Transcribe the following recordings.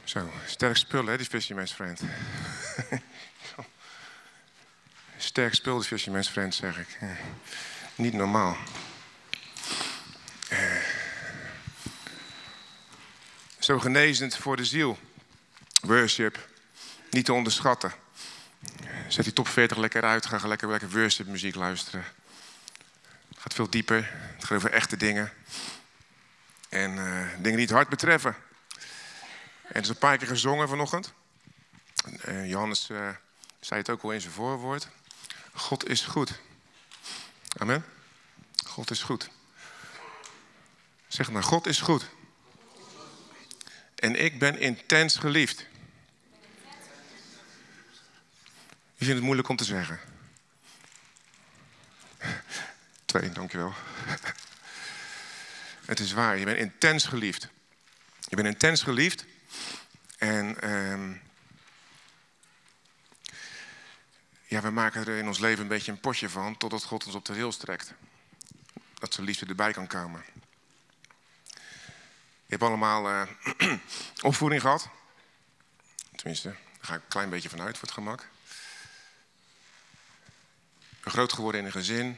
Zo, sterk spul hè, die Fisherman's Friend. Sterk spul, die Fisherman's Friend, zeg ik. Niet normaal. Zo genezend voor de ziel. Worship, niet te onderschatten. Zet die top 40 lekker uit, ga lekker worship muziek luisteren. Het gaat veel dieper, het gaat over echte dingen. En dingen die het hart betreffen. En het is een paar keer gezongen vanochtend. Johannes zei het ook al in zijn voorwoord. God is goed. Amen. God is goed. Zeg maar, God is goed. En ik ben intens geliefd. Wie vindt het moeilijk om te zeggen? 2, dankjewel. Het is waar, je bent intens geliefd. Je bent intens geliefd. En we maken er in ons leven een beetje een potje van, totdat God ons op de rails trekt. Dat zijn liefde erbij kan komen. Je hebt allemaal opvoeding gehad. Tenminste, daar ga ik een klein beetje vanuit voor het gemak. Je bent groot geworden in een gezin.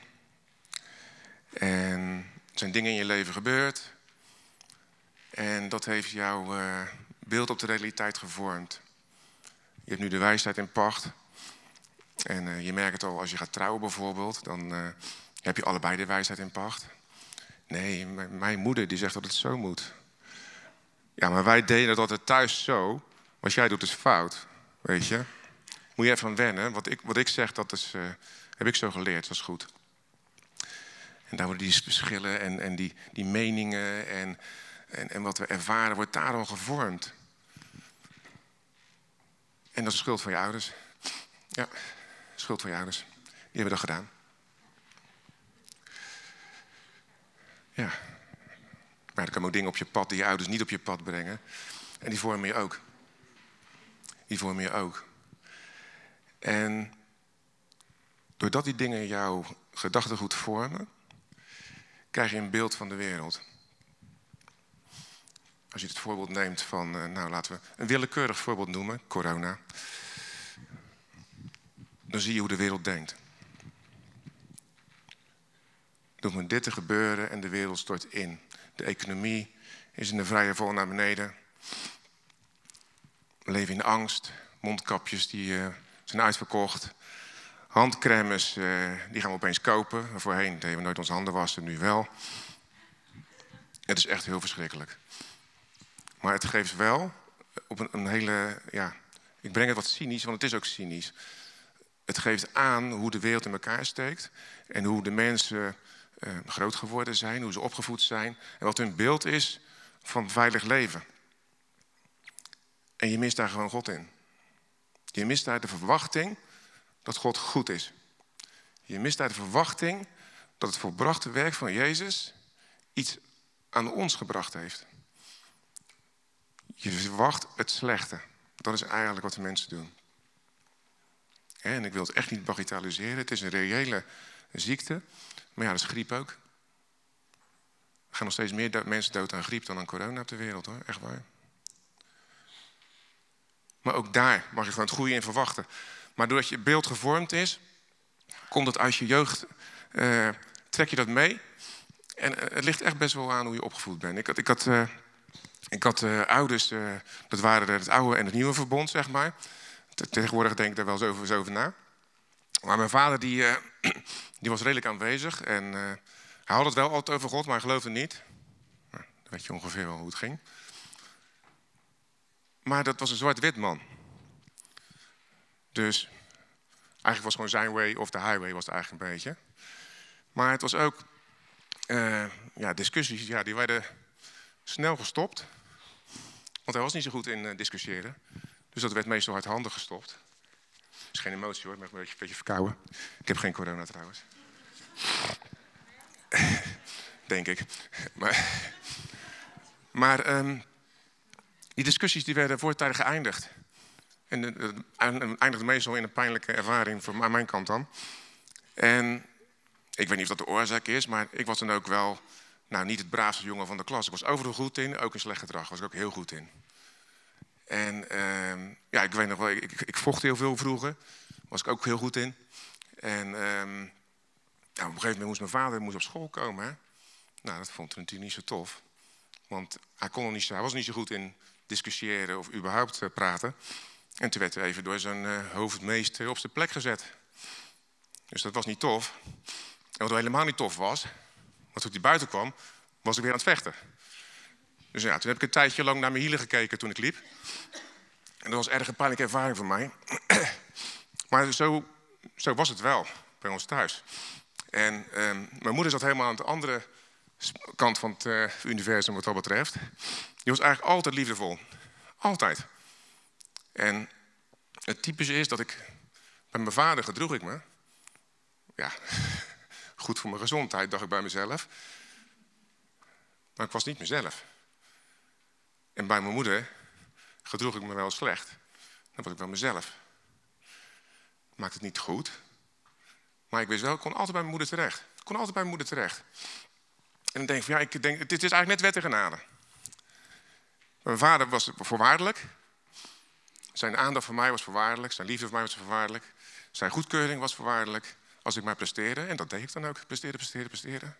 En er zijn dingen in je leven gebeurd. En dat heeft jouw beeld op de realiteit gevormd. Je hebt nu de wijsheid in pacht. En je merkt het al als je gaat trouwen bijvoorbeeld. Dan heb je allebei de wijsheid in pacht. Nee, mijn moeder die zegt dat het zo moet. Ja, maar wij deden het altijd thuis zo. Wat jij doet is fout. Weet je. Moet je even aan wennen. Wat ik zeg, dat is, heb ik zo geleerd. Dat is goed. En daar worden die verschillen en die meningen en wat we ervaren, wordt daarom gevormd. En dat is de schuld van je ouders. Ja, schuld van je ouders. Die hebben dat gedaan. Ja. Maar er komen ook dingen op je pad die je ouders niet op je pad brengen. En die vormen je ook. Die vormen je ook. En doordat die dingen jouw gedachtegoed vormen, krijg je een beeld van de wereld. Als je het voorbeeld neemt van, laten we een willekeurig voorbeeld noemen, corona. Dan zie je hoe de wereld denkt. Er moet dit te gebeuren en de wereld stort in. De economie is in de vrije val naar beneden. We leven in angst. Mondkapjes die zijn uitverkocht. Handcremes die gaan we opeens kopen. Voorheen deden we nooit onze handen wassen, nu wel. Het is echt heel verschrikkelijk. Maar het geeft wel op een hele... Ja, ik breng het wat cynisch, want het is ook cynisch. Het geeft aan hoe de wereld in elkaar steekt. En hoe de mensen groot geworden zijn, hoe ze opgevoed zijn. En wat hun beeld is van veilig leven. En je mist daar gewoon God in. Je mist daar de verwachting dat God goed is. Je mist daar de verwachting dat het volbrachte werk van Jezus iets aan ons gebracht heeft. Je verwacht het slechte. Dat is eigenlijk wat de mensen doen. En ik wil het echt niet bagatelliseren. Het is een reële ziekte. Maar ja, dat is griep ook. Er gaan nog steeds meer mensen dood aan griep dan aan corona op de wereld, hoor. Echt waar. Maar ook daar mag je gewoon het goede in verwachten. Maar doordat je beeld gevormd is, komt het uit je jeugd, trek je dat mee. En het ligt echt best wel aan hoe je opgevoed bent. Ik had ouders, dat waren het oude en het nieuwe verbond, zeg maar. Tegenwoordig denk ik daar wel eens over na. Maar mijn vader die was redelijk aanwezig. En hij had het wel altijd over God, maar hij geloofde niet. Nou, dan weet je ongeveer wel hoe het ging. Maar dat was een zwart-wit man. Dus eigenlijk was gewoon zijn way of the highway was het eigenlijk een beetje. Maar het was ook discussies, die werden snel gestopt. Want hij was niet zo goed in discussiëren. Dus dat werd meestal hardhandig gestopt. Dat is geen emotie hoor, ik ben een beetje verkouden. Ik heb geen corona trouwens. Denk ik. Maar die discussies die werden voortijdig geëindigd. En eindigde meestal in een pijnlijke ervaring aan mijn kant dan. En ik weet niet of dat de oorzaak is, maar ik was dan ook wel niet het braafste jongen van de klas. Ik was overal goed in, ook in slecht gedrag was ik ook heel goed in. En ja, ik weet nog wel, ik vocht heel veel vroeger. Was ik ook heel goed in. En ja, op een gegeven moment moest mijn vader op school komen. Hè? Nou, dat vond hij natuurlijk niet zo tof. Want hij was niet zo goed in discussiëren of überhaupt praten. En toen werd hij even door zijn hoofdmeester op zijn plek gezet. Dus dat was niet tof. En wat helemaal niet tof was, want toen hij buiten kwam, was ik weer aan het vechten. Dus ja, toen heb ik een tijdje lang naar mijn hielen gekeken toen ik liep. En dat was erg een pijnlijke ervaring voor mij. Maar zo was het wel bij ons thuis. En mijn moeder zat helemaal aan de andere kant van het universum wat dat betreft. Die was eigenlijk altijd liefdevol. Altijd. En het typische is dat bij mijn vader gedroeg ik me. Ja, goed voor mijn gezondheid, dacht ik bij mezelf. Maar ik was niet mezelf. En bij mijn moeder gedroeg ik me wel slecht. Dan was ik wel mezelf. Maakt het niet goed. Maar ik wist wel, ik kon altijd bij mijn moeder terecht. En dan denk ik van, ja, dit is eigenlijk net wet en genade. Mijn vader was voorwaardelijk. Zijn aandacht voor mij was voorwaardelijk. Zijn liefde voor mij was voorwaardelijk. Zijn goedkeuring was voorwaardelijk. Als ik maar presteerde. En dat deed ik dan ook. Presteren.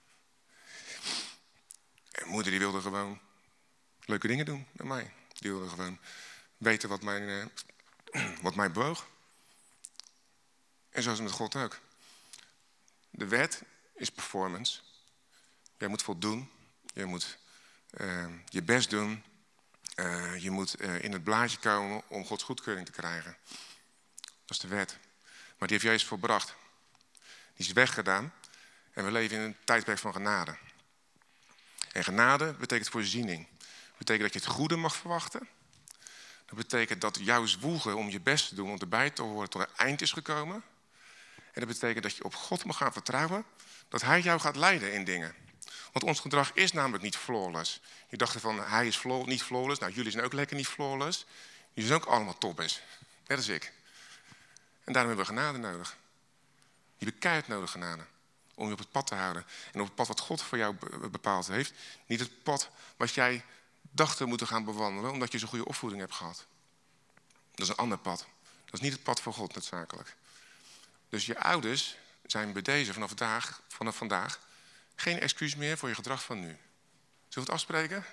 En moeder die wilde gewoon leuke dingen doen met mij. Die wilde gewoon weten wat mij bewoog. En zo is het met God ook. De wet is performance. Jij moet voldoen. Je moet je best doen. Je moet in het blaadje komen om Gods goedkeuring te krijgen. Dat is de wet. Maar die heeft Jezus volbracht. Die is weggedaan. En we leven in een tijdperk van genade. En genade betekent voorziening. Dat betekent dat je het goede mag verwachten. Dat betekent dat jouw zwoegen om je best te doen, om erbij te horen, tot een eind is gekomen. En dat betekent dat je op God mag gaan vertrouwen. Dat Hij jou gaat leiden in dingen. Want ons gedrag is namelijk niet flawless. Je dacht van, hij is niet flawless. Nou, jullie zijn ook lekker niet flawless. Jullie zijn ook allemaal toppers. Net als ik. En daarom hebben we genade nodig. Je hebt keihard nodig genade. Om je op het pad te houden. En op het pad wat God voor jou bepaald heeft. Niet het pad wat jij dacht te moeten gaan bewandelen. Omdat je zo'n goede opvoeding hebt gehad. Dat is een ander pad. Dat is niet het pad van God noodzakelijk. Dus je ouders zijn bij deze vanaf vandaag geen excuus meer voor je gedrag van nu. Zullen we het afspreken?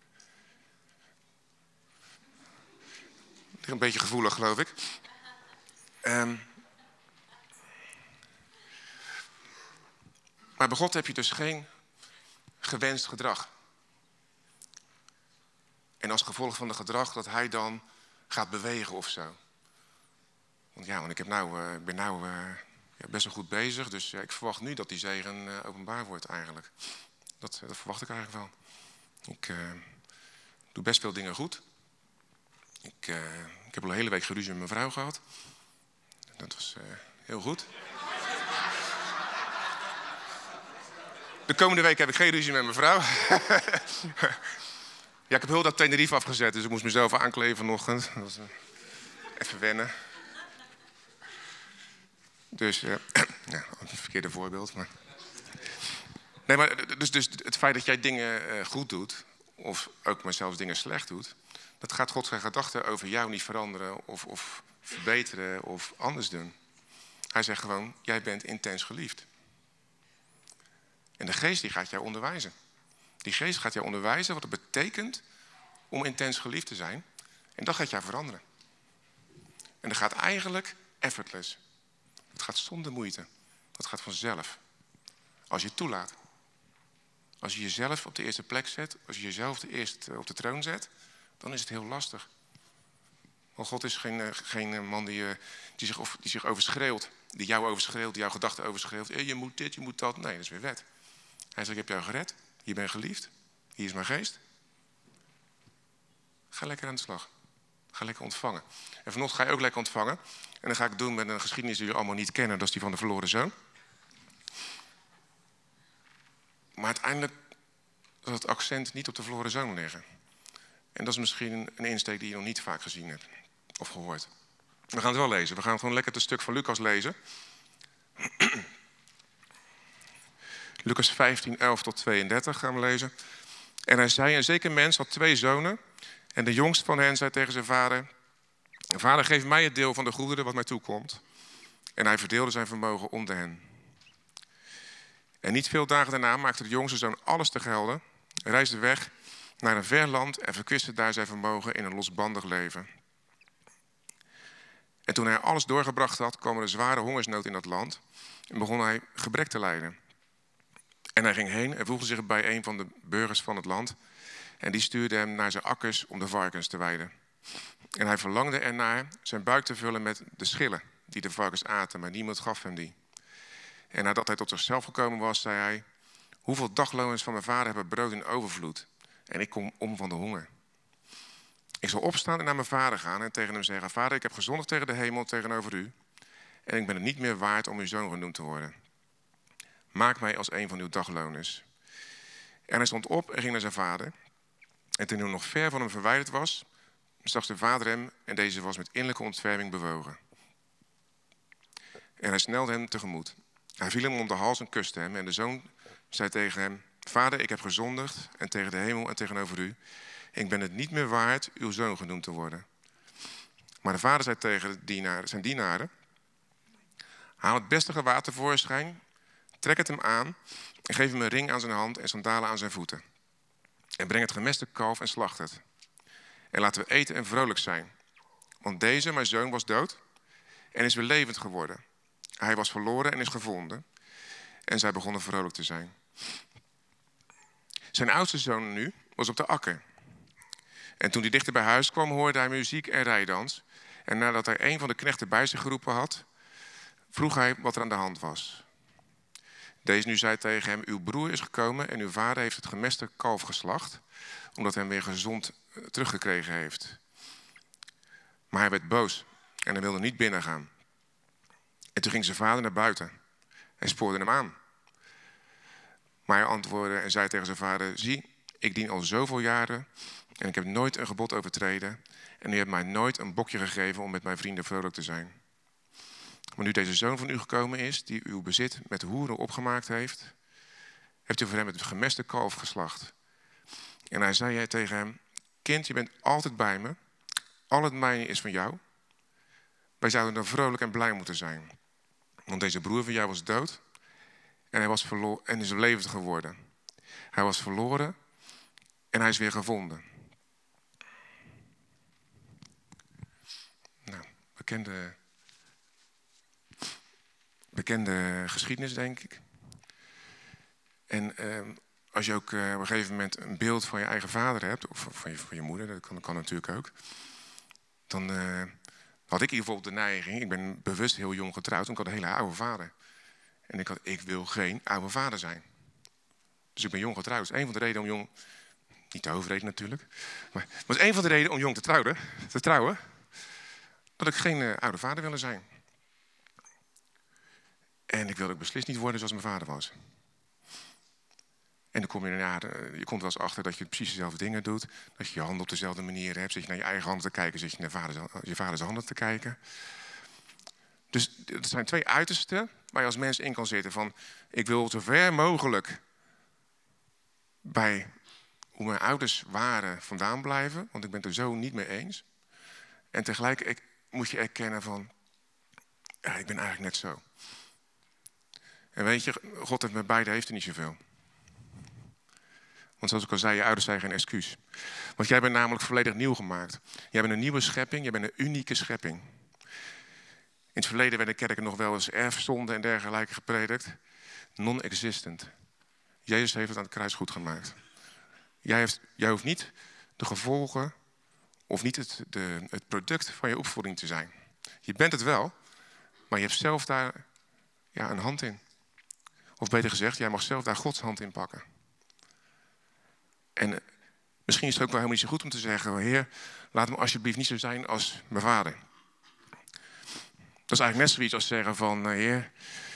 Ligt een beetje gevoelig, geloof ik. Maar bij God heb je dus geen gewenst gedrag. En als gevolg van het gedrag dat hij dan gaat bewegen of zo. Want ik ben nou best wel goed bezig. Dus ik verwacht nu dat die zegen openbaar wordt eigenlijk. Dat verwacht ik eigenlijk wel. Ik doe best veel dingen goed. Ik heb al een hele week geruzie met mijn vrouw gehad. Dat was heel goed. De komende week heb ik geen ruzie met mijn vrouw. Ja, ik heb heel dat Tenerife afgezet, dus ik moest mezelf aankleden vanochtend. Dat was even wennen. Dus, ja, een verkeerde voorbeeld. Maar... Nee, maar dus het feit dat jij dingen goed doet, of ook maar zelfs dingen slecht doet, dat gaat God zijn gedachten over jou niet veranderen, of verbeteren, of anders doen. Hij zegt gewoon, jij bent intens geliefd. En de geest die gaat jou onderwijzen. Die geest gaat jou onderwijzen wat het betekent om intens geliefd te zijn. En dat gaat jou veranderen. En dat gaat eigenlijk effortless. Het gaat zonder moeite. Dat gaat vanzelf. Als je het toelaat. Als je jezelf op de eerste plek zet. Als je jezelf eerst op de troon zet. Dan is het heel lastig. Want God is geen man die zich overschreeuwt. Die jou overschreeuwt. Die jouw gedachten overschreeuwt. Je moet dit, je moet dat. Nee, dat is weer wet. Hij zegt, ik heb jou gered. Je bent geliefd. Hier is mijn geest. Ga lekker aan de slag. Ga lekker ontvangen. En vanochtend ga je ook lekker ontvangen. En dan ga ik het doen met een geschiedenis die jullie allemaal niet kennen. Dat is die van de verloren zoon. Maar uiteindelijk zal het accent niet op de verloren zoon liggen. En dat is misschien een insteek die je nog niet vaak gezien hebt. Of gehoord. We gaan het wel lezen. We gaan gewoon lekker het stuk van Lucas lezen. Lucas 15, 11 tot 32 gaan we lezen. En hij zei, een zeker mens had 2 zonen. En de jongste van hen zei tegen zijn vader: vader, geef mij het deel van de goederen wat mij toekomt. En hij verdeelde zijn vermogen onder hen. En niet veel dagen daarna maakte de jongste zoon alles te gelden, reisde weg naar een ver land en verkwiste daar zijn vermogen in een losbandig leven. En toen hij alles doorgebracht had, kwam er een zware hongersnood in dat land en begon hij gebrek te lijden. En hij ging heen en voegde zich bij een van de burgers van het land en die stuurde hem naar zijn akkers om de varkens te weiden. En hij verlangde ernaar zijn buik te vullen met de schillen die de varkens aten, maar niemand gaf hem die. En nadat hij tot zichzelf gekomen was, zei hij: hoeveel dagloners van mijn vader hebben brood in overvloed en ik kom om van de honger. Ik zal opstaan en naar mijn vader gaan en tegen hem zeggen: vader, ik heb gezondigd tegen de hemel tegenover u en ik ben het niet meer waard om uw zoon genoemd te worden. Maak mij als een van uw dagloners. En hij stond op en ging naar zijn vader. En toen hij nog ver van hem verwijderd was, zag zijn vader hem en deze was met innerlijke ontferming bewogen. En hij snelde hem tegemoet. Hij viel hem om de hals en kuste hem. En de zoon zei tegen hem: vader, ik heb gezondigd en tegen de hemel en tegenover u. Ik ben het niet meer waard uw zoon genoemd te worden. Maar de vader zei tegen zijn dienaren: haal het beste gewaad tevoorschijn, trek het hem aan en geef hem een ring aan zijn hand en sandalen aan zijn voeten. En breng het gemeste kalf en slacht het. En laten we eten en vrolijk zijn. Want deze, mijn zoon, was dood en is weer levend geworden. Hij was verloren en is gevonden. En zij begonnen vrolijk te zijn. Zijn oudste zoon nu was op de akker. En toen hij dichter bij huis kwam, hoorde hij muziek en rijdans. En nadat hij een van de knechten bij zich geroepen had, vroeg hij wat er aan de hand was. Deze nu zei tegen hem: uw broer is gekomen en uw vader heeft het gemeste kalf geslacht, omdat hij hem weer gezond teruggekregen heeft. Maar hij werd boos en hij wilde niet binnengaan. En toen ging zijn vader naar buiten en spoorde hem aan. Maar hij antwoordde en zei tegen zijn vader: zie, ik dien al zoveel jaren en ik heb nooit een gebod overtreden. En u hebt mij nooit een bokje gegeven om met mijn vrienden vrolijk te zijn. Maar nu deze zoon van u gekomen is, die uw bezit met hoeren opgemaakt heeft, hebt u voor hem het gemeste kalf geslacht. En hij zei tegen hem: kind, je bent altijd bij me. Al het mijne is van jou. Wij zouden dan vrolijk en blij moeten zijn. Want deze broer van jou was dood en hij was verloren en is levend geworden. Hij was verloren en hij is weer gevonden. Nou, bekende geschiedenis, denk ik. En als je ook op een gegeven moment een beeld van je eigen vader hebt, of van je moeder, dat kan natuurlijk ook, dan had ik in ieder geval de neiging, ik ben bewust heel jong getrouwd, en ik had een hele oude vader. En ik wil geen oude vader zijn. Dus ik ben jong getrouwd. Dat is een van de redenen om jong, niet de hoofdreden natuurlijk, maar het was een van de redenen om jong te trouwen, dat ik geen oude vader wilde zijn. En ik wilde ook beslist niet worden zoals mijn vader was. En dan kom je komt wel eens achter dat je precies dezelfde dingen doet. Dat je je handen op dezelfde manier hebt. Zit je naar je eigen handen te kijken, zit je naar je vaders handen te kijken. Dus er zijn twee uitersten waar je als mens in kan zitten. Van, ik wil zo ver mogelijk bij hoe mijn ouders waren vandaan blijven. Want ik ben het er zo niet mee eens. En tegelijk moet je erkennen van, ja, ik ben eigenlijk net zo. En weet je, God heeft met beide heeft er niet zoveel. Want zoals ik al zei, je ouders zijn geen excuus. Want jij bent namelijk volledig nieuw gemaakt. Jij bent een nieuwe schepping, jij bent een unieke schepping. In het verleden werden kerken nog wel eens erfzonde en dergelijke gepredikt. Non-existent. Jezus heeft het aan het kruis goed gemaakt. Jij hoeft niet de gevolgen of niet het product van je opvoeding te zijn. Je bent het wel, maar je hebt zelf daar een hand in. Of beter gezegd, jij mag zelf daar Gods hand in pakken. En misschien is het ook wel helemaal niet zo goed om te zeggen: Heer, laat me alsjeblieft niet zo zijn als mijn vader. Dat is eigenlijk net zoiets als zeggen van: Heer,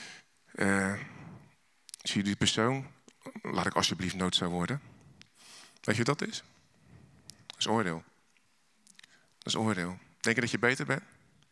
zie je die persoon, laat ik alsjeblieft nooit zo worden. Weet je wat dat is? Dat is oordeel. Dat is oordeel. Denk je dat je beter bent?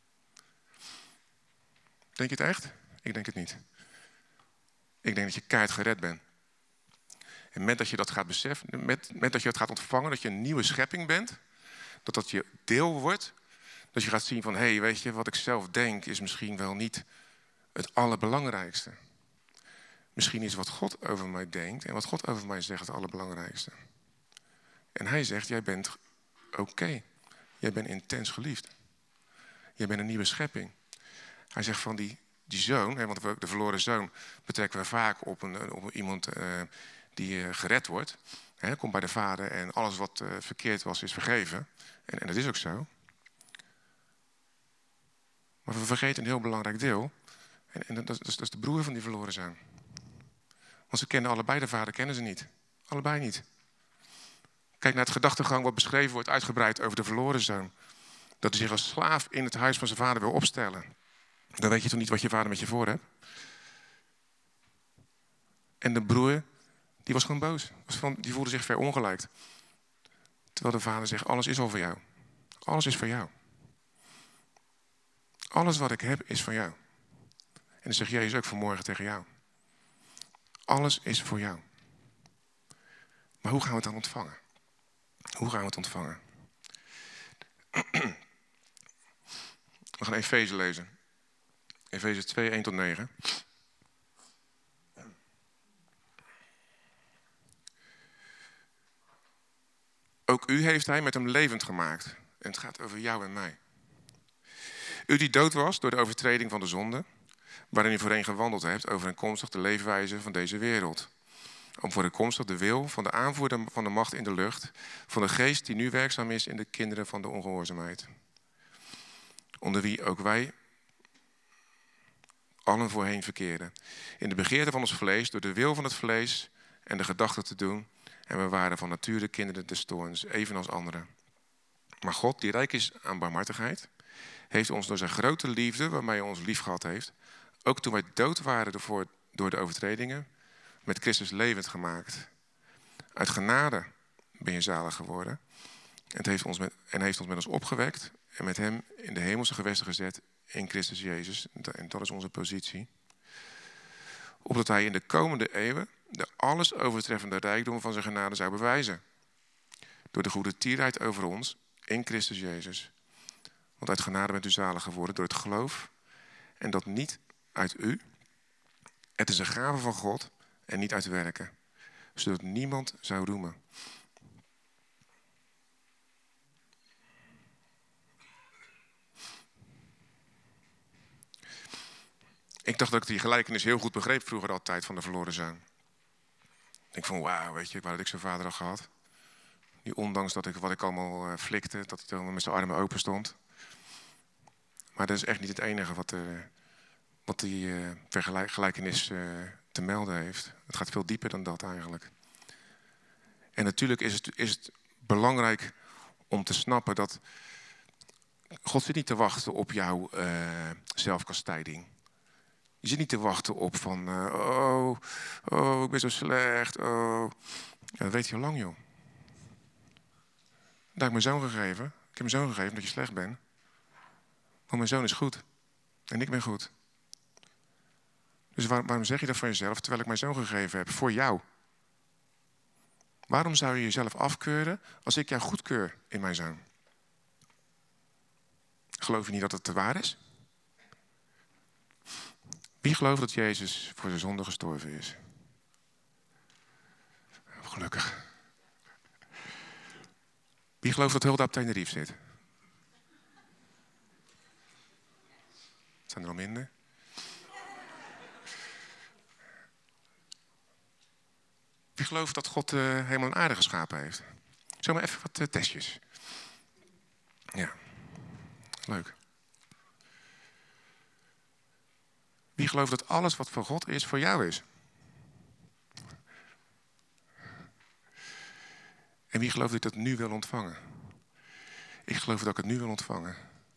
Denk je het echt? Ik denk het niet. Ik denk dat je keihard gered bent. En met dat je dat gaat beseffen, met dat je dat gaat ontvangen, dat je een nieuwe schepping bent, dat je deel wordt. Dat je gaat zien van, hé, weet je, wat ik zelf denk is misschien wel niet het allerbelangrijkste. Misschien is wat God over mij denkt en wat God over mij zegt het allerbelangrijkste. En hij zegt, jij bent oké. Jij bent intens geliefd. Jij bent een nieuwe schepping. Hij zegt van die zoon, hè, want de verloren zoon betrekken we vaak op iemand die gered wordt. Hè, komt bij de vader en alles wat verkeerd was is vergeven. En dat is ook zo. Maar we vergeten een heel belangrijk deel. En dat is de broer van die verloren zoon. Want ze kennen allebei de vader, kennen ze niet. Allebei niet. Kijk naar het gedachtegang wat beschreven wordt uitgebreid over de verloren zoon. Dat hij zich als slaaf in het huis van zijn vader wil opstellen. Dan weet je toch niet wat je vader met je voor hebt. En de broer, die was gewoon boos. Die voelde zich verongelijkt. Terwijl de vader zegt, alles is al voor jou. Alles is voor jou. Alles wat ik heb is van jou. En dan zegt Jezus ook vanmorgen tegen jou. Alles is voor jou. Maar hoe gaan we het dan ontvangen? Hoe gaan we het ontvangen? We gaan Efeze lezen. Efeze 2, 1 tot 9. Ook u heeft hij met hem levend gemaakt. En het gaat over jou en mij. U die dood was door de overtreding van de zonde, waarin u voorheen gewandeld hebt overeenkomstig de leefwijze van deze wereld. Overeenkomstig de wil van de aanvoerder van de macht in de lucht, van de geest die nu werkzaam is in de kinderen van de ongehoorzaamheid. Onder wie ook wij allen voorheen verkeerden. In de begeerte van ons vlees, door de wil van het vlees en de gedachten te doen. En we waren van nature kinderen des toorns, evenals anderen. Maar God, die rijk is aan barmhartigheid, heeft ons door zijn grote liefde, waarmee hij ons lief gehad heeft, ook toen wij dood waren door de overtredingen, met Christus levend gemaakt. Uit genade ben je zalig geworden. En heeft ons met ons opgewekt en met hem in de hemelse gewesten gezet in Christus Jezus. En dat is onze positie. Opdat hij in de komende eeuwen de alles overtreffende rijkdom van zijn genade zou bewijzen. Door de goede tierheid over ons in Christus Jezus. Want uit genade bent u zalig geworden door het geloof. En dat niet uit u. Het is een gave van God en niet uit werken. Zodat niemand zou roemen. Ik dacht dat ik die gelijkenis heel goed begreep vroeger altijd van de verloren zoon. Ik denk van wauw, weet je, ik wou dat ik zo'n vader had gehad. Die ondanks wat ik allemaal flikte, dat hij dan met zijn armen open stond. Maar dat is echt niet het enige wat die gelijkenis te melden heeft. Het gaat veel dieper dan dat eigenlijk. En natuurlijk is het belangrijk om te snappen dat God zit niet te wachten op jouw zelfkastijding. Je zit niet te wachten op van, ik ben zo slecht, Ja, dat weet je al lang, joh. Daar heb ik mijn zoon gegeven. Ik heb mijn zoon gegeven omdat je slecht bent. Want mijn zoon is goed. En ik ben goed. Dus waarom zeg je dat van jezelf terwijl ik mijn zoon gegeven heb? Voor jou. Waarom zou je jezelf afkeuren als ik jou goedkeur in mijn zoon? Geloof je niet dat het te waar is? Wie gelooft dat Jezus voor de zonde gestorven is? Gelukkig. Wie gelooft dat Hulda op Tenerife zit? Zijn er al minder? Wie gelooft dat God helemaal en aarde geschapen heeft? Zomaar even wat testjes. Ja, leuk. Wie gelooft dat alles wat van God is, voor jou is? En wie gelooft dat ik dat nu wil ontvangen? Ik geloof dat ik het nu wil ontvangen.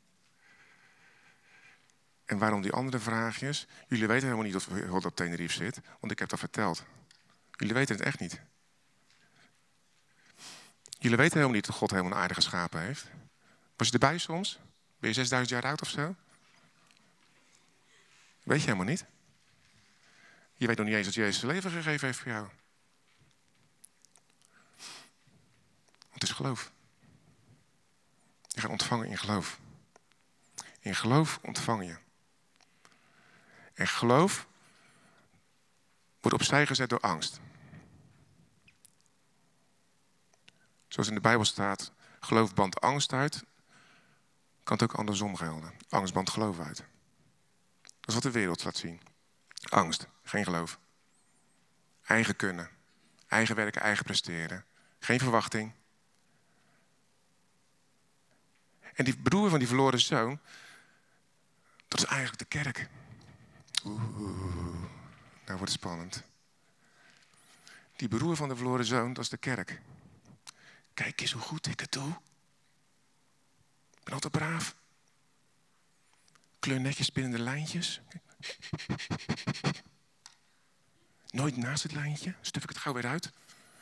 En waarom die andere vraagjes? Jullie weten helemaal niet dat God op Tenerife zit, want ik heb dat verteld. Jullie weten het echt niet. Jullie weten helemaal niet dat God helemaal een aarde geschapen heeft. Was je erbij soms? Ben je 6000 jaar oud of zo? Weet je helemaal niet. Je weet nog niet eens dat Jezus zijn leven gegeven heeft voor jou. Het is geloof. Je gaat ontvangen in geloof. In geloof ontvang je. En geloof wordt opzij gezet door angst. Zoals in de Bijbel staat, geloof bandt angst uit, kan het ook andersom gelden. Angst bandt geloof uit. Dat is wat de wereld laat zien. Angst, geen geloof. Eigen kunnen, eigen werken, eigen presteren. Geen verwachting. En die broer van die verloren zoon, dat is eigenlijk de kerk. Nou wordt het spannend. Die broer van de verloren zoon, dat is de kerk. Kijk eens hoe goed ik het doe. Ik ben altijd braaf. Kleur netjes binnen de lijntjes. Nooit naast het lijntje. Stuf ik het gauw weer uit.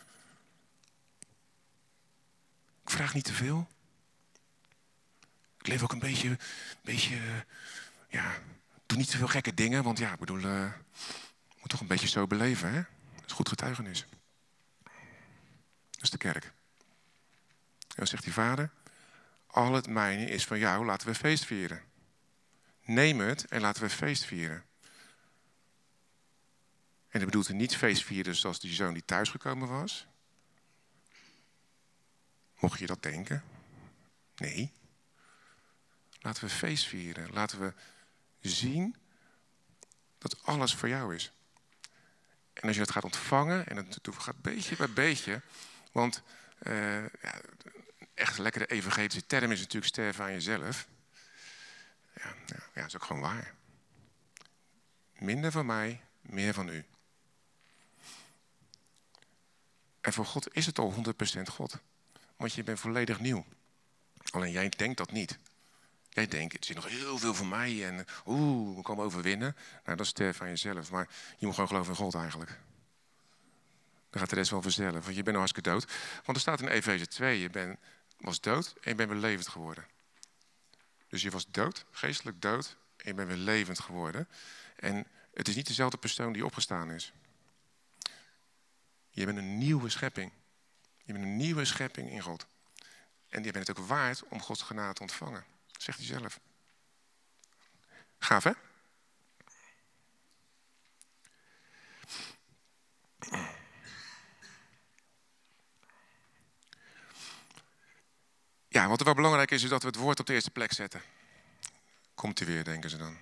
Ik vraag niet te veel. Ik leef ook een beetje, doe niet te veel gekke dingen. Want ja, ik bedoel, moet toch een beetje zo beleven, hè? Dat is goed getuigenis. Dat is de kerk. En dan zegt die vader, al het mijne is van jou, laten we feest vieren. Neem het en laten we feest vieren. En dat bedoelt hij niet feest vieren zoals die zoon die thuisgekomen was. Mocht je dat denken? Nee. Laten we feest vieren. Laten we zien dat alles voor jou is. En als je dat gaat ontvangen, en dat gaat beetje bij beetje, want echt een lekkere evangelische term is natuurlijk sterven aan jezelf. Ja, dat is ook gewoon waar. Minder van mij, meer van u. En voor God is het al 100% God. Want je bent volledig nieuw. Alleen jij denkt dat niet. Jij denkt, het is nog heel veel voor mij en ik kan overwinnen. Nou, dat is sterven aan jezelf. Maar je moet gewoon geloven in God eigenlijk. Dan gaat de rest wel vanzelf. Want je bent al hartstikke dood. Want er staat in Efeze 2, je was dood en je bent weer levend geworden. Dus je was dood, geestelijk dood, en je bent weer levend geworden. En het is niet dezelfde persoon die opgestaan is. Je bent een nieuwe schepping. Je bent een nieuwe schepping in God. En je bent het ook waard om Gods genade te ontvangen. Dat zegt hij zelf. Gaaf, hè? Ja, wat er wel belangrijk is dat we het woord op de eerste plek zetten. Komt hij weer, denken ze dan.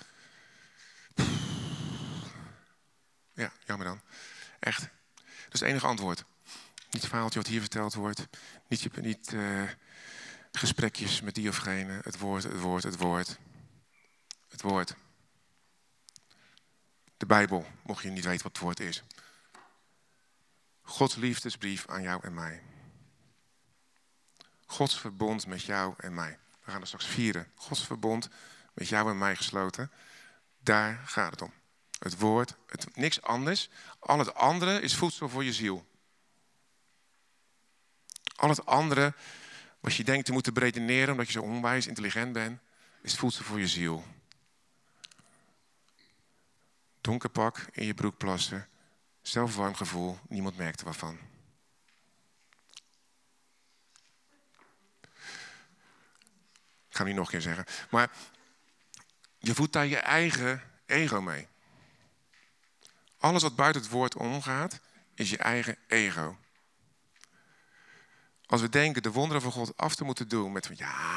Ja, jammer dan. Echt. Dat is het enige antwoord. Niet het verhaaltje wat hier verteld wordt. Niet gesprekjes met die of gene. Het woord, het woord, het woord. Het woord. De Bijbel, mocht je niet weten wat het woord is. Gods liefdesbrief aan jou en mij. Gods verbond met jou en mij. We gaan er straks vieren. Gods verbond met jou en mij gesloten. Daar gaat het om. Het woord, niks anders. Al het andere is voedsel voor je ziel. Al het andere, wat je denkt te moeten beredeneren omdat je zo onwijs intelligent bent, is voedsel voor je ziel. Donker pak, in je broek plassen, zelfwarm gevoel, niemand merkt er wat van. Ik ga het niet nog een keer zeggen. Maar je voedt daar je eigen ego mee. Alles wat buiten het woord omgaat, is je eigen ego. Als we denken de wonderen van God af te moeten doen met van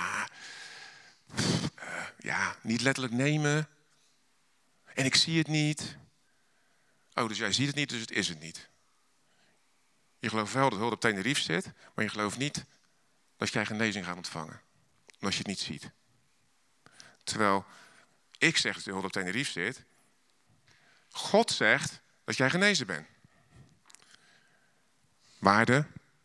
niet letterlijk nemen. En ik zie het niet. Oh, dus jij ziet het niet, dus het is het niet. Je gelooft wel dat Hulde op Tenerife zit, maar je gelooft niet dat jij genezing gaat ontvangen. Omdat je het niet ziet. Terwijl ik zeg dat Hulde op Tenerife zit. God zegt dat jij genezen bent. Waarde.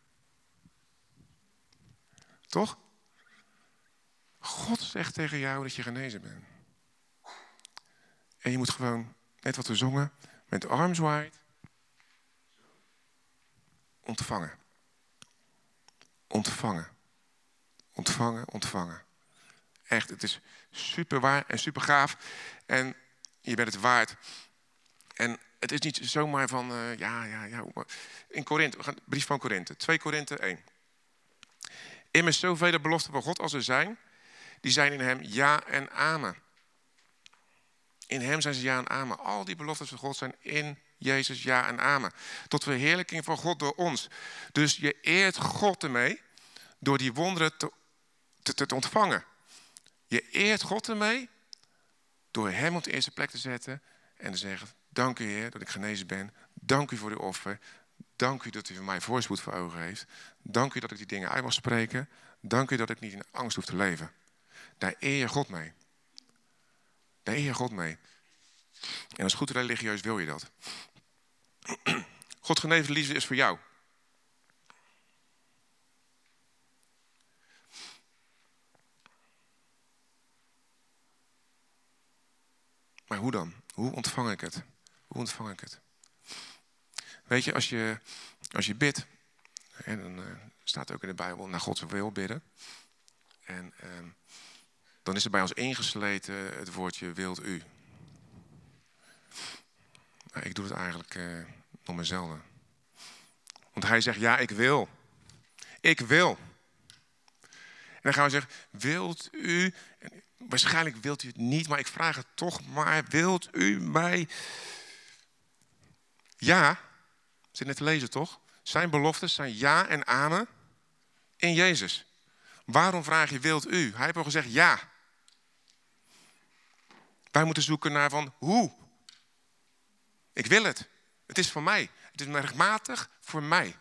Toch? God zegt tegen jou dat je genezen bent. En je moet gewoon, net wat we zongen, met arms wide, ontvangen. Ontvangen. Ontvangen, ontvangen. Echt, het is super waar en super gaaf. En je bent het waard. En het is niet zomaar van, In Korinthe, we gaan brief van Korinthe. 2 Korinthe 1. Immers zoveel beloften van God als er zijn, die zijn in hem ja en amen. In hem zijn ze ja en amen. Al die beloftes van God zijn in Jezus ja en amen. Tot verheerlijking van God door ons. Dus je eert God ermee door die wonderen te ontvangen. Je eert God ermee door hem op de eerste plek te zetten en te zeggen: dank u Heer dat ik genezen ben. Dank u voor uw offer. Dank u dat u voor mij voorspoed voor ogen heeft. Dank u dat ik die dingen uit mag spreken. Dank u dat ik niet in angst hoef te leven. Daar eer je God mee. Daar eer je God mee. En als goed religieus wil je dat. God genezen liefde is voor jou. Maar hoe dan? Hoe ontvang ik het? Hoe ontvang ik het? Weet je, als je bidt, en dan staat ook in de Bijbel, naar Gods wil bidden. En dan is er bij ons ingesleten het woordje wilt u. Nou, ik doe het eigenlijk nog mezelf. Want hij zegt, ja, ik wil. Ik wil. En dan gaan we zeggen, wilt u... En waarschijnlijk wilt u het niet, maar ik vraag het toch maar. Wilt u mij... Ja, zit net te lezen toch? Zijn beloftes zijn ja en amen in Jezus. Waarom vraag je, wilt u? Hij heeft al gezegd ja. Wij moeten zoeken naar van hoe. Ik wil het. Het is voor mij. Het is rechtmatig voor mij.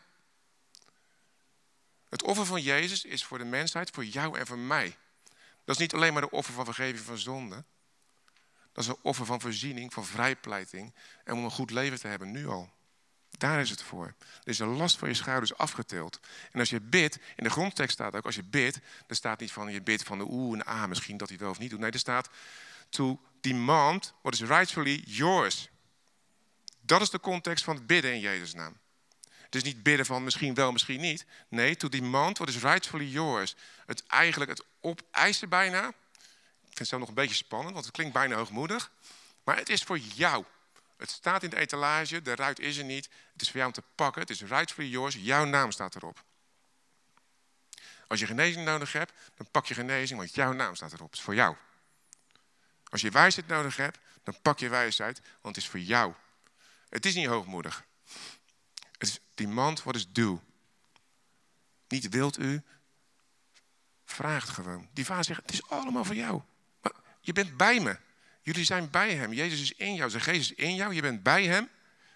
Het offer van Jezus is voor de mensheid, voor jou en voor mij. Dat is niet alleen maar de offer van vergeving van zonde. Dat is een offer van voorziening, van vrijpleiting. En om een goed leven te hebben, nu al. Daar is het voor. Er is een last van je schouders afgetild. En als je bidt, in de grondtekst staat ook, als je bidt, er staat niet van je bidt van de oeh en ah, misschien dat hij wel of niet doet. Nee, er staat to demand what is rightfully yours. Dat is de context van het bidden in Jezus' naam. Het is niet bidden van misschien wel, misschien niet. Nee, to demand what is rightfully yours. Het opeisen bijna. Ik vind het zelf nog een beetje spannend, want het klinkt bijna hoogmoedig. Maar het is voor jou. Het staat in de etalage, de ruit is er niet. Het is voor jou om te pakken. Het is rightfully yours. Jouw naam staat erop. Als je genezing nodig hebt, dan pak je genezing, want jouw naam staat erop. Het is voor jou. Als je wijsheid nodig hebt, dan pak je wijsheid, want het is voor jou. Het is niet hoogmoedig. Het is demand what is due. Niet wilt u, vraag het gewoon. Die vader zegt, het is allemaal voor jou. Maar je bent bij me. Jullie zijn bij hem. Jezus is in jou. Zijn geest is in jou. Je bent bij hem.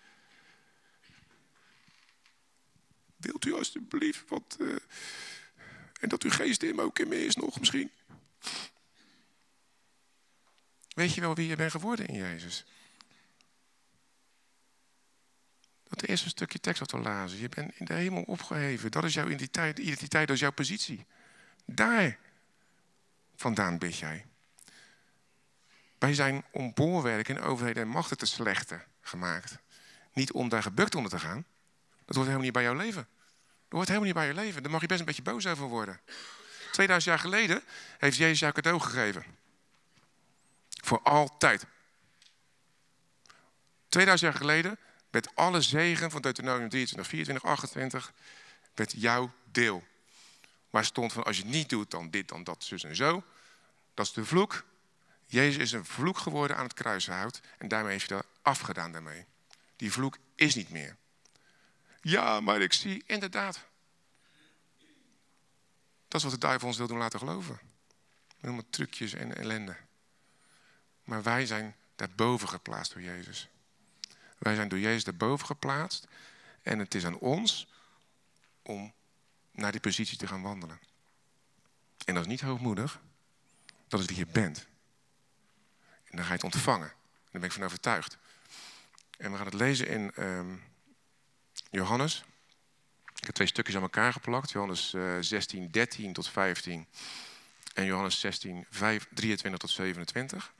Wilt u alstublieft wat... en dat uw geest in me ook in me is nog misschien. Weet je wel wie je bent geworden in Jezus? Dat eerste stukje tekst wat we lazen. Je bent in de hemel opgeheven. Dat is jouw identiteit, dat is jouw positie. Daar vandaan bid jij. Wij zijn om bolwerken en overheden en machten te slechten gemaakt. Niet om daar gebukt onder te gaan. Dat hoort helemaal niet bij jouw leven. Dat hoort helemaal niet bij je leven. Daar mag je best een beetje boos over worden. 2000 jaar geleden heeft Jezus jou cadeau gegeven. Voor altijd. 2000 jaar geleden werd alle zegen van Deuteronomium 23, 24, 28... werd jouw deel. Waar stond van, als je het niet doet, dan dit, dan dat, zus en zo. Dat is de vloek. Jezus is een vloek geworden aan het kruishout. En daarmee heeft je dat afgedaan daarmee. Die vloek is niet meer. Ja, maar ik zie inderdaad. Dat is wat de duivel ons wil doen laten geloven. Helemaal trucjes en ellende. Maar wij zijn daarboven geplaatst door Jezus. Wij zijn door Jezus daarboven geplaatst. En het is aan ons om naar die positie te gaan wandelen. En dat is niet hoogmoedig. Dat is wie je bent. En dan ga je het ontvangen. Daar ben ik van overtuigd. En we gaan het lezen in Johannes. Ik heb 2 stukjes aan elkaar geplakt. Johannes 16, 13 tot 15. En Johannes 16, 23 tot 27.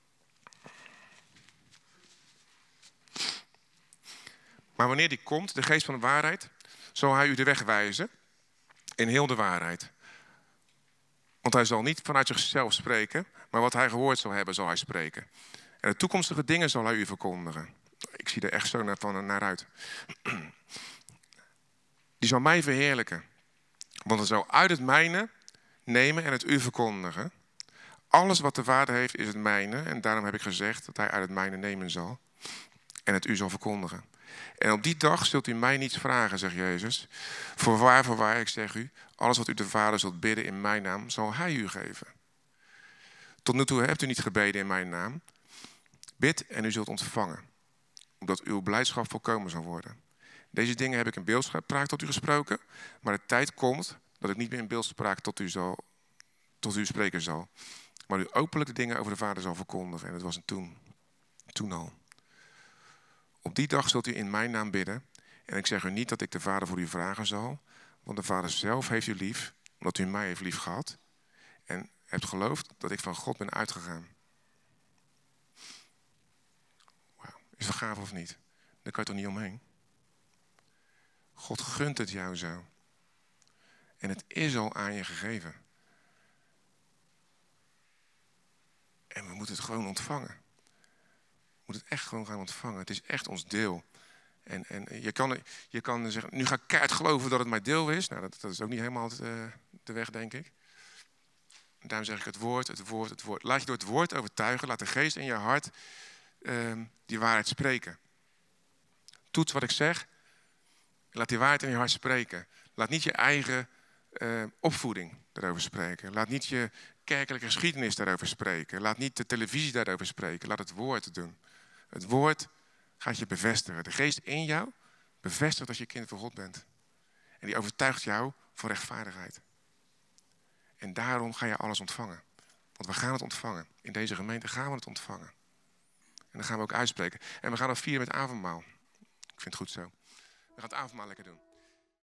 Maar wanneer die komt, de geest van de waarheid, zal hij u de weg wijzen in heel de waarheid. Want hij zal niet vanuit zichzelf spreken, maar wat hij gehoord zal hebben, zal hij spreken. En de toekomstige dingen zal hij u verkondigen. Ik zie er echt zo naar uit. Die zal mij verheerlijken. Want het zal uit het mijne nemen en het u verkondigen. Alles wat de Vader heeft is het mijne. En daarom heb ik gezegd dat hij uit het mijne nemen zal. En het u zal verkondigen. En op die dag zult u mij niets vragen, zegt Jezus. Voorwaar, ik zeg u, alles wat u de Vader zult bidden in mijn naam, zal hij u geven. Tot nu toe hebt u niet gebeden in mijn naam. Bid en u zult ontvangen. Opdat uw blijdschap volkomen zal worden. Deze dingen heb ik in beeldspraak tot u gesproken. Maar de tijd komt dat ik niet meer in beeldspraak tot u spreken zal. Maar u openlijk de dingen over de Vader zal verkondigen. En dat was toen al. Op die dag zult u in mijn naam bidden. En ik zeg u niet dat ik de Vader voor u vragen zal. Want de Vader zelf heeft u lief, omdat u mij heeft lief gehad. En hebt geloofd dat ik van God ben uitgegaan. Wauw, is dat gaaf of niet? Daar kan je toch niet omheen? God gunt het jou zo. En het is al aan je gegeven. En we moeten het gewoon ontvangen. We moeten het echt gewoon gaan ontvangen. Het is echt ons deel. En je kan zeggen, nu ga ik keihard geloven dat het mijn deel is. Nou, dat is ook niet helemaal de weg, denk ik. En daarom zeg ik het woord. Laat je door het woord overtuigen. Laat de geest in je hart die waarheid spreken. Toets wat ik zeg. Laat die waarheid in je hart spreken. Laat niet je eigen opvoeding daarover spreken. Laat niet je kerkelijke geschiedenis daarover spreken. Laat niet de televisie daarover spreken. Laat het woord het doen. Het woord gaat je bevestigen. De geest in jou bevestigt dat je kind van God bent. En die overtuigt jou van rechtvaardigheid. En daarom ga je alles ontvangen. Want we gaan het ontvangen. In deze gemeente gaan we het ontvangen. En dan gaan we ook uitspreken. En we gaan dat vieren met avondmaal. Ik vind het goed zo. We gaan het avondmaal lekker doen.